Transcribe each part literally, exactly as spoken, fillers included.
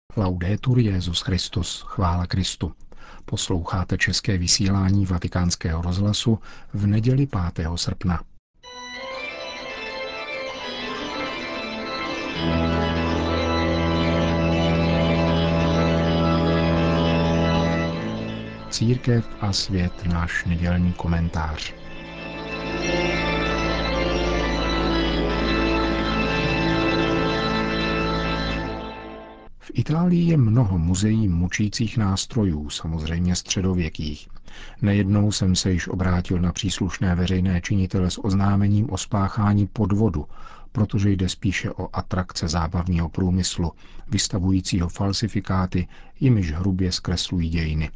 Laudetur Jesus Christus, chvála Kristu. Posloucháte české vysílání Vatikánského rozhlasu v neděli pátého srpna. Církev a svět, náš nedělní komentář. V Itálii je mnoho muzeí mučících nástrojů, samozřejmě středověkých. Nejednou jsem se již obrátil na příslušné veřejné činitele s oznámením o spáchání podvodu, protože jde spíše o atrakce zábavního průmyslu, vystavujícího falsifikáty, jimiž hrubě zkreslují dějiny.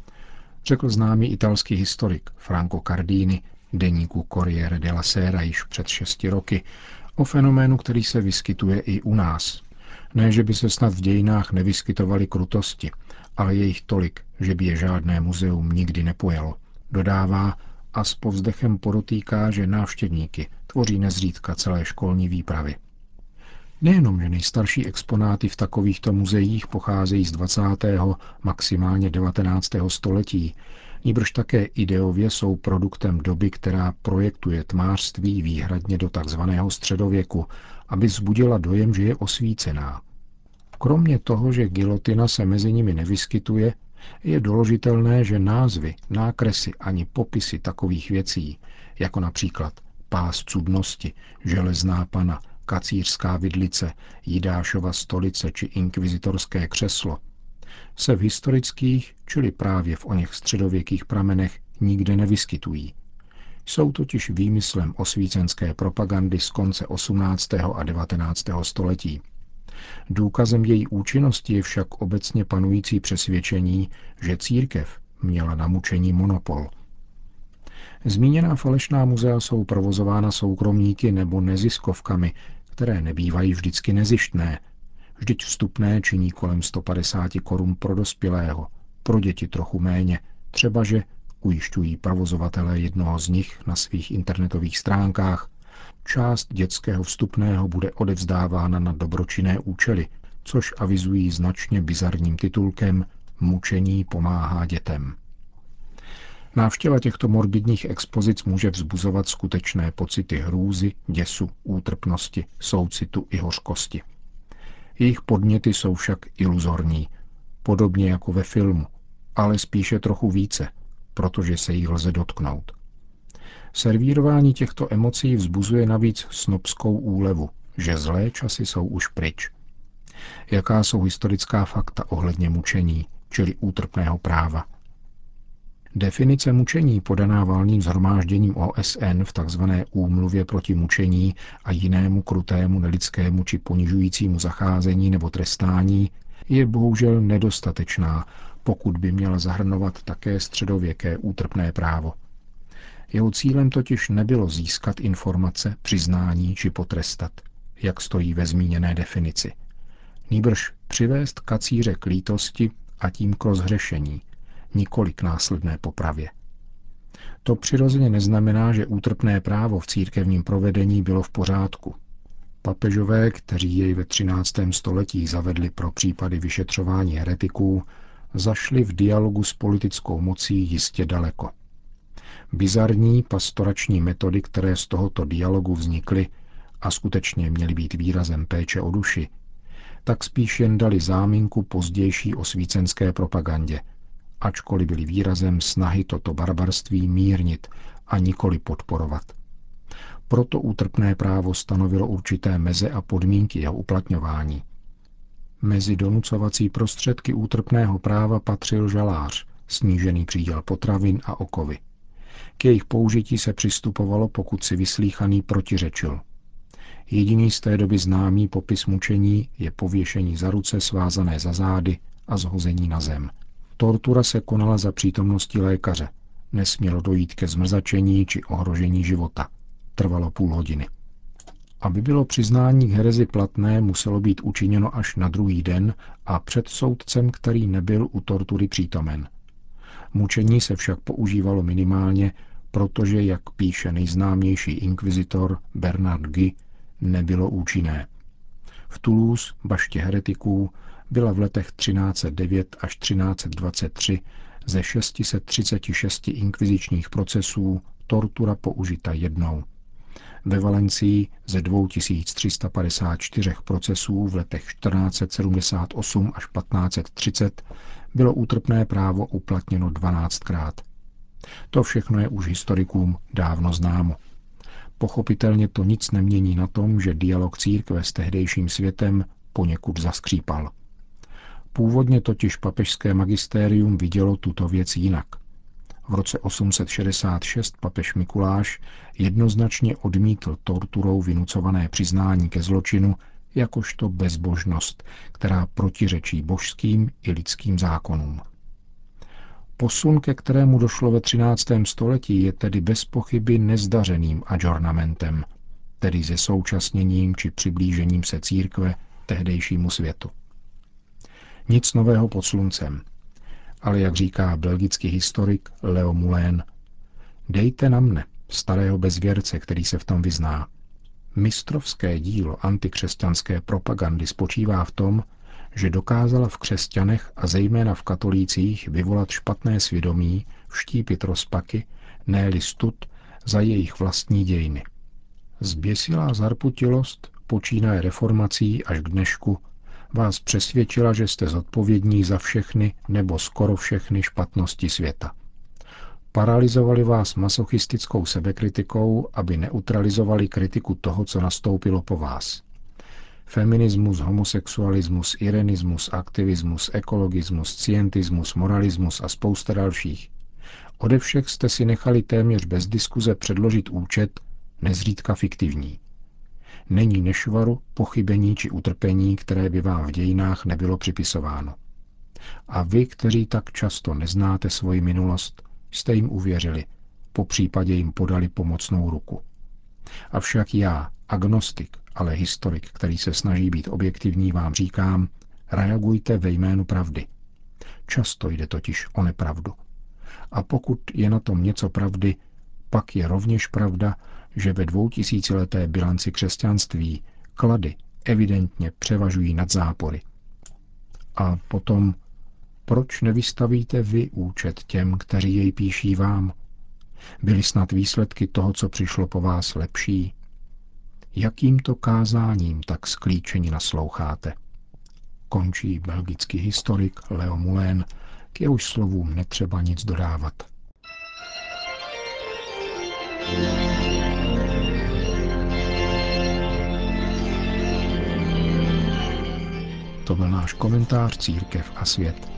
Řekl známý italský historik Franco Cardini deníku Corriere della Sera již před šesti roky o fenoménu, který se vyskytuje i u nás. Ne, že by se snad v dějinách nevyskytovaly krutosti, ale je jich tolik, že by je žádné muzeum nikdy nepojalo. Dodává a s povzdechem podotýká, že návštěvníky tvoří nezřídka celé školní výpravy. Nejenom, že nejstarší exponáty v takovýchto muzeích pocházejí z dvacátého maximálně devatenáctého století, nýbrž také ideově jsou produktem doby, která projektuje tmářství výhradně do takzvaného středověku, aby vzbudila dojem, že je osvícená. Kromě toho, že gilotina se mezi nimi nevyskytuje, je doložitelné, že názvy, nákresy ani popisy takových věcí, jako například pás cudnosti, železná pana, kacířská vidlice, Jidášova stolice či inkvizitorské křeslo, se v historických, čili právě v oněch středověkých pramenech nikde nevyskytují. Jsou totiž výmyslem osvícenské propagandy z konce osmnáctého a devatenáctého století. Důkazem její účinnosti je však obecně panující přesvědčení, že církev měla na mučení monopol. Zmíněná falešná muzea jsou provozována soukromníky nebo neziskovkami, které nebývají vždycky nezištné. Vždyť vstupné činí kolem sto padesát korun pro dospělého, pro děti trochu méně, třebaže, ujišťují provozovatelé jednoho z nich na svých internetových stránkách, část dětského vstupného bude odevzdávána na dobročinné účely, což avizují značně bizarním titulkem Mučení pomáhá dětem. Návštěva těchto morbidních expozic může vzbuzovat skutečné pocity hrůzy, děsu, útrpnosti, soucitu i hořkosti. Jejich podněty jsou však iluzorní, podobně jako ve filmu, ale spíše trochu více, protože se jich lze dotknout. Servírování těchto emocí vzbuzuje navíc snobskou úlevu, že zlé časy jsou už pryč. Jaká jsou historická fakta ohledně mučení, čili útrpného práva? Definice mučení podaná valným shromážděním O S N v tzv. Úmluvě proti mučení a jinému krutému, nelidskému či ponižujícímu zacházení nebo trestání je bohužel nedostatečná, pokud by měla zahrnovat také středověké útrpné právo. Jeho cílem totiž nebylo získat informace, přiznání či potrestat, jak stojí ve zmíněné definici. Nýbrž přivést kacíře k lítosti a tím k rozhřešení, nikoli k následné popravě. To přirozeně neznamená, že útrpné právo v církevním provedení bylo v pořádku. Papežové, kteří jej ve třináctém století zavedli pro případy vyšetřování heretiků, zašli v dialogu s politickou mocí jistě daleko. Bizarní pastorační metody, které z tohoto dialogu vznikly a skutečně měly být výrazem péče o duši, tak spíš jen dali záminku pozdější osvícenské propagandě, ačkoliv byly výrazem snahy toto barbarství mírnit a nikoli podporovat. Proto útrpné právo stanovilo určité meze a podmínky jeho uplatňování. Mezi donucovací prostředky útrpného práva patřil žalář, snížený příděl potravin a okovy. K jejich použití se přistupovalo, pokud si vyslýchaný protiřečil. Jediný z té doby známý popis mučení je pověšení za ruce svázané za zády a zhození na zem. Tortura se konala za přítomnosti lékaře. Nesmělo dojít ke zmrzačení či ohrožení života. Trvalo půl hodiny. Aby bylo přiznání k herezi platné, muselo být učiněno až na druhý den a před soudcem, který nebyl u tortury přítomen. Mučení se však používalo minimálně, protože, jak píše nejznámější inkvizitor Bernard Guy, nebylo účinné. V Toulouse, baště heretiků, byla v letech třináct set devět až třináct set dvacet tři ze šest set třicet šest inkvizičních procesů tortura použita jednou. Ve Valencii ze dva tisíce tři sta padesát čtyři procesů v letech čtrnáct set sedmdesát osm až patnáct set třicet bylo útrpné právo uplatněno dvanáctkrát. To všechno je už historikům dávno známo. Pochopitelně to nic nemění na tom, že dialog církve s tehdejším světem poněkud zaskřípal. Původně totiž papežské magistérium vidělo tuto věc jinak. V roce osm set šedesát šest papež Mikuláš jednoznačně odmítl torturou vynucované přiznání ke zločinu jakožto bezbožnost, která protiřečí božským i lidským zákonům. Posun, ke kterému došlo ve třináctém století, je tedy bez pochyby nezdařeným adžornamentem, tedy se současněním či přiblížením se církve tehdejšímu světu. Nic nového pod sluncem, ale jak říká belgický historik Leo Moulin, dejte na mne, starého bezvěrce, který se v tom vyzná. Mistrovské dílo antikřesťanské propagandy spočívá v tom, že dokázala v křesťanech a zejména v katolících vyvolat špatné svědomí, vštípit rozpaky, ne-li stud za jejich vlastní dějiny. Zběsilá zarputilost, počínaje reformací až k dnešku, vás přesvědčila, že jste zodpovědní za všechny nebo skoro všechny špatnosti světa. Paralyzovali vás masochistickou sebekritikou, aby neutralizovali kritiku toho, co nastoupilo po vás. Feminismus, homosexualismus, irenismus, aktivismus, ekologismus, scientismus, moralismus a spousta dalších. Ode všech jste si nechali téměř bez diskuze předložit účet, nezřídka fiktivní. Není nešvaru, pochybení či utrpení, které by vám v dějinách nebylo připisováno. A vy, kteří tak často neznáte svoji minulost, jste jim uvěřili, po případě jim podali pomocnou ruku. Avšak já, agnostik, ale historik, který se snaží být objektivní, vám říkám, reagujte ve jménu pravdy. Často jde totiž o nepravdu. A pokud je na tom něco pravdy, pak je rovněž pravda, že ve dvoutisícileté bilanci křesťanství klady evidentně převažují nad zápory. A potom, proč nevystavíte vy účet těm, kteří jej píší vám? Byly snad výsledky toho, co přišlo po vás, lepší? Jakýmto kázáním tak sklíčeni nasloucháte? Končí belgický historik Leo Moulin, k jehož slovům netřeba nic dodávat. To byl náš komentář Církev a svět.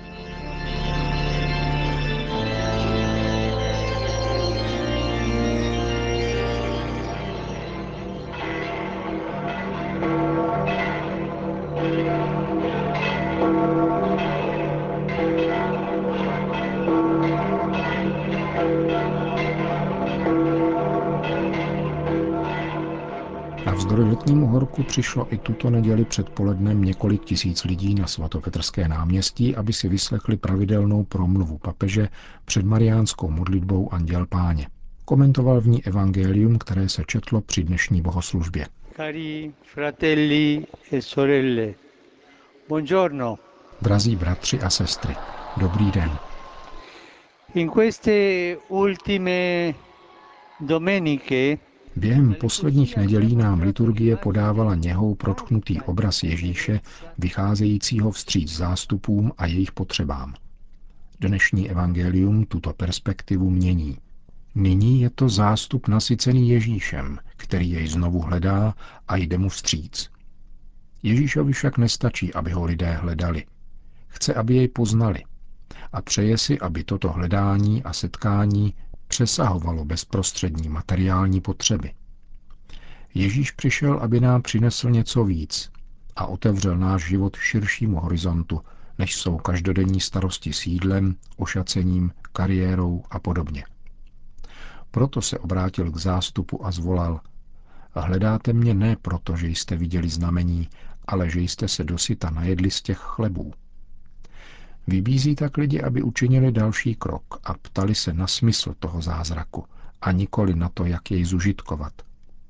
Navzdory letnímu horku přišlo i tuto neděli předpolednem několik tisíc lidí na svatopetrské náměstí, aby si vyslechli pravidelnou promluvu papeže před mariánskou modlitbou Anděl Páně. Komentoval v ní evangelium, které se četlo při dnešní bohoslužbě. Cari fratelli e sorelle, buongiorno. Drazí bratři a sestry, dobrý den. In queste ultime domeniche Během posledních nedělí nám liturgie podávala něhou protknutý obraz Ježíše, vycházejícího vstříc zástupům a jejich potřebám. Dnešní evangelium tuto perspektivu mění. Nyní je to zástup nasycený Ježíšem, který jej znovu hledá a jde mu vstříc. Ježíšovi však nestačí, aby ho lidé hledali. Chce, aby jej poznali. A přeje si, aby toto hledání a setkání přesahovalo bezprostřední materiální potřeby. Ježíš přišel, aby nám přinesl něco víc a otevřel náš život širšímu horizontu, než jsou každodenní starosti s jídlem, ošacením, kariérou a podobně. Proto se obrátil k zástupu a zvolal: Hledáte mě ne proto, že jste viděli znamení, ale že jste se dosyta najedli z těch chlebů. Vybízí tak lidi, aby učinili další krok a ptali se na smysl toho zázraku a nikoli na to, jak jej zužitkovat.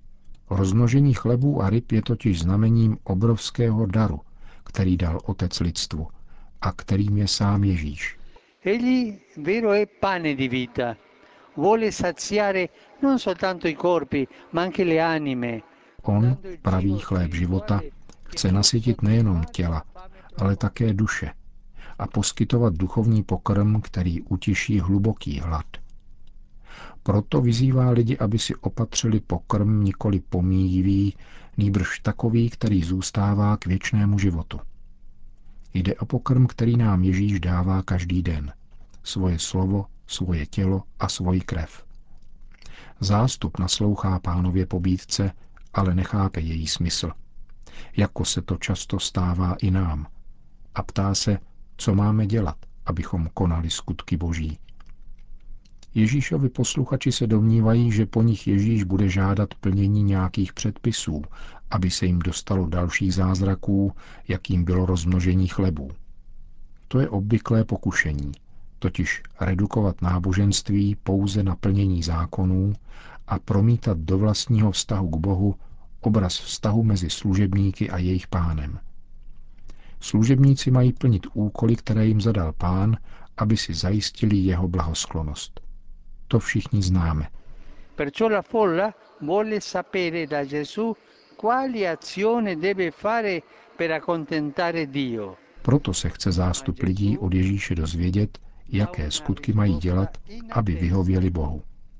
Rozmnožení chlebů a ryb je totiž znamením obrovského daru, který dal Otec lidstvu a kterým je sám Ježíš. Egli vero è pane di vita, vuole saziare non soltanto i corpi, ma anche le anime. On, pravý chléb života, chce nasytit nejenom těla, ale také duše a poskytovat duchovní pokrm, který utiší hluboký hlad. Proto vyzývá lidi, aby si opatřili pokrm nikoli pomíjivý, nýbrž takový, který zůstává k věčnému životu. Jde o pokrm, který nám Ježíš dává každý den. Svoje slovo, svoje tělo a svoji krev. Zástup naslouchá Pánově pobídce, ale nechápe její smysl. Jako se to často stává i nám. A ptá se, co máme dělat, abychom konali skutky Boží. Ježíšovi posluchači se domnívají, že po nich Ježíš bude žádat plnění nějakých předpisů, aby se jim dostalo dalších zázraků, jakým bylo rozmnožení chlebů. To je obvyklé pokušení, totiž redukovat náboženství pouze na plnění zákonů a promítat do vlastního vztahu k Bohu obraz vztahu mezi služebníky a jejich pánem. Služebníci mají plnit úkoly, které jim zadal Pán, aby si zajistili jeho blahosklonost. To všichni známe. Perciò la folla vuole sapere da Gesù quali azioni deve fare per accontentare Dio. Proto se chce zástup lidí od Ježíše dozvědět, jaké skutky mají dělat, aby vyhověli Bohu.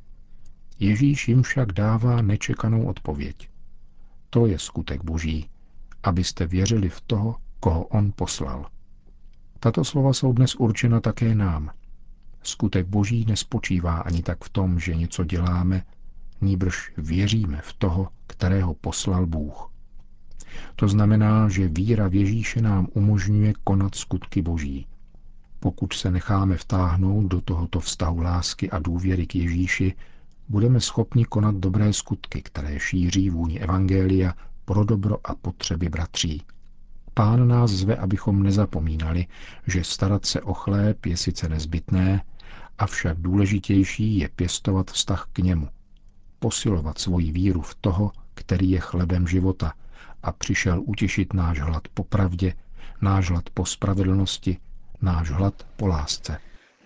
Ježíš jim však dává nečekanou odpověď. To je skutek Boží, abyste věřili v toho, koho on poslal. Tato slova jsou dnes určena také nám. Skutek Boží nespočívá ani tak v tom, že něco děláme, nýbrž věříme v toho, kterého poslal Bůh. To znamená, že víra v Ježíše nám umožňuje konat skutky Boží. Pokud se necháme vtáhnout do tohoto vztahu lásky a důvěry k Ježíši, budeme schopni konat dobré skutky, které šíří vůni evangelia pro dobro a potřeby bratří. Pán nás zve, abychom nezapomínali, že starat se o chléb je sice nezbytné, avšak důležitější je pěstovat vztah k němu, posilovat svoji víru v toho, který je chlebem života a přišel utěšit náš hlad po pravdě, náš hlad po spravedlnosti, náš hlad po lásce.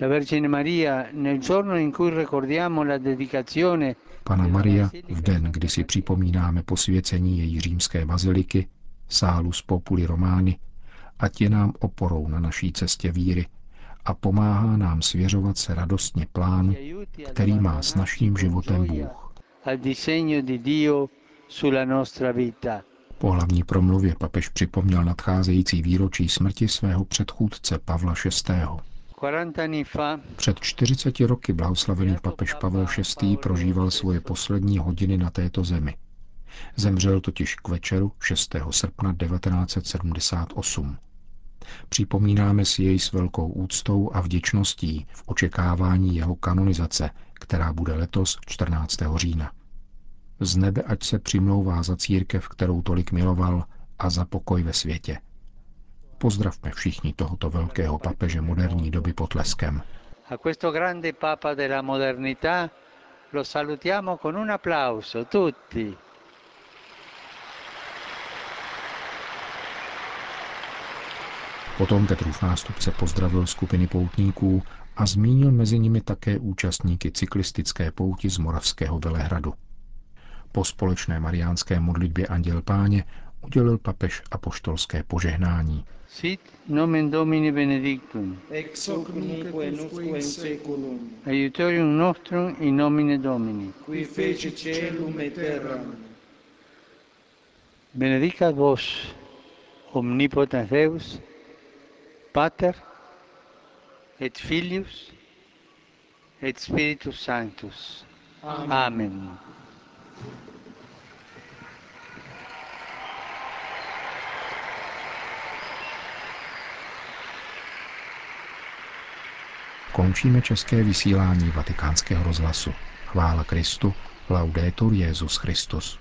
Panna Maria, v den, kdy si připomínáme posvěcení její římské baziliky, Salus Populi Romani, ať je nám oporou na naší cestě víry a pomáhá nám svěřovat se radostně plánu, který má s naším životem Bůh. Po hlavní promluvě papež připomněl nadcházející výročí smrti svého předchůdce Pavla šestého. Před čtyřiceti roky blahoslavený papež Pavel šestý prožíval svoje poslední hodiny na této zemi. Zemřel totiž k večeru šestého srpna devatenáct set sedmdesát osm. Připomínáme si jej s velkou úctou a vděčností v očekávání jeho kanonizace, která bude letos čtrnáctého října. Z nebe ať se přimlouvá za církev, kterou tolik miloval, a za pokoj ve světě. Pozdravme všichni tohoto velkého papeže moderní doby potleskem. A questo grande papa della modernità lo salutiamo con un applauso tutti. Potom Petrův nástupce pozdravil skupiny poutníků a zmínil mezi nimi také účastníky cyklistické pouti z Moravského Velehradu. Po společné mariánské modlitbě Anděl Páně udělil papež apoštolské požehnání. Sit nomen Domini benedictum. Ex hoc nunc et usque in seculum. Aiutorium nostrum in nomine Domini. Qui fecit caelum et terram. Benedicat vos omnipotens Deus, Pater et Filius et Spiritus Sanctus. Amen. Amen. Končíme české vysílání Vatikánského rozhlasu. Chvála Kristu, laudetur Jesus Christus.